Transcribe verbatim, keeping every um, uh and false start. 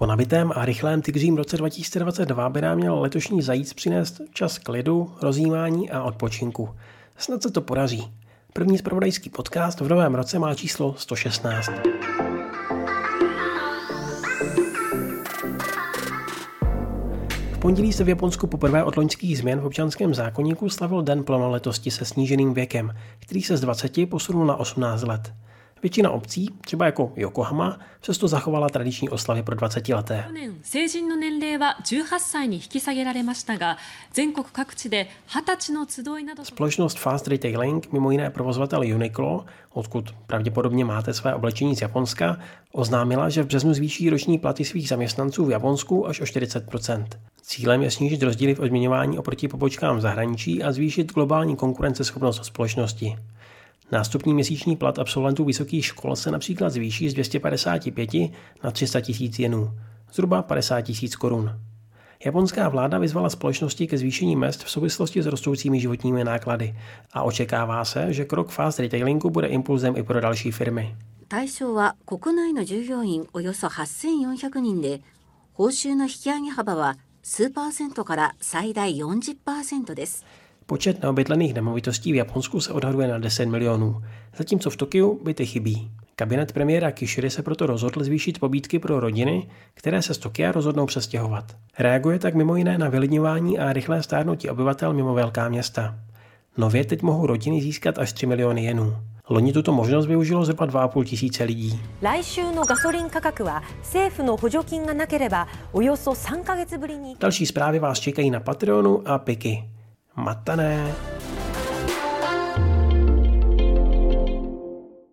Po nabitém a rychlém tygřím roce dva tisíce dvacet dva by nám měl letošní zajíc přinést čas klidu, rozjímání a odpočinku. Snad se to podaří. První zpravodajský podcast v novém roce má číslo sto šestnáct. V pondělí se v Japonsku poprvé od loňských změn v občanském zákoníku slavil den plnoletosti se sníženým věkem, který se z dvaceti posunul na osmnáct let. Většina obcí, třeba jako Yokohama, přesto zachovala tradiční oslavy pro dvacetileté. Společnost Fast Retailing, mimo jiné provozovatel Uniqlo, odkud pravděpodobně máte své oblečení z Japonska, oznámila, že v březnu zvýší roční platy svých zaměstnanců v Japonsku až o čtyřicet procent. Cílem je snížit rozdíly v odměňování oproti pobočkám v zahraničí a zvýšit globální konkurenceschopnost společnosti. Nástupní měsíční plat absolventů vysokých škol se například zvýší z dvě stě padesát pět na tři sta tisíc jenů, zhruba padesát tisíc korun. Japonská vláda vyzvala společnosti ke zvýšení mezd v souvislosti s rostoucími životními náklady a očekává se, že krok Fast Retailingu bude impulzem i pro další firmy. 対象は国内の従業員およそはっせんよんひゃくにんで、報酬の引き上げ幅は数パーセントから最大よんじゅっパーセントです。 Počet neobydlených nemovitostí v Japonsku se odhaduje na deset milionů, zatímco v Tokiu byty chybí. Kabinet premiéra Kishiry se proto rozhodl zvýšit pobídky pro rodiny, které se z Tokia rozhodnou přestěhovat. Reaguje tak mimo jiné na vylidňování a rychlé stárnutí obyvatel mimo velká města. Nově teď mohou rodiny získat až tři miliony jenů. Loni tuto možnost využilo zhruba dva a půl tisíce lidí. Další zprávy vás čekají na Patreonu a Piky. Matané.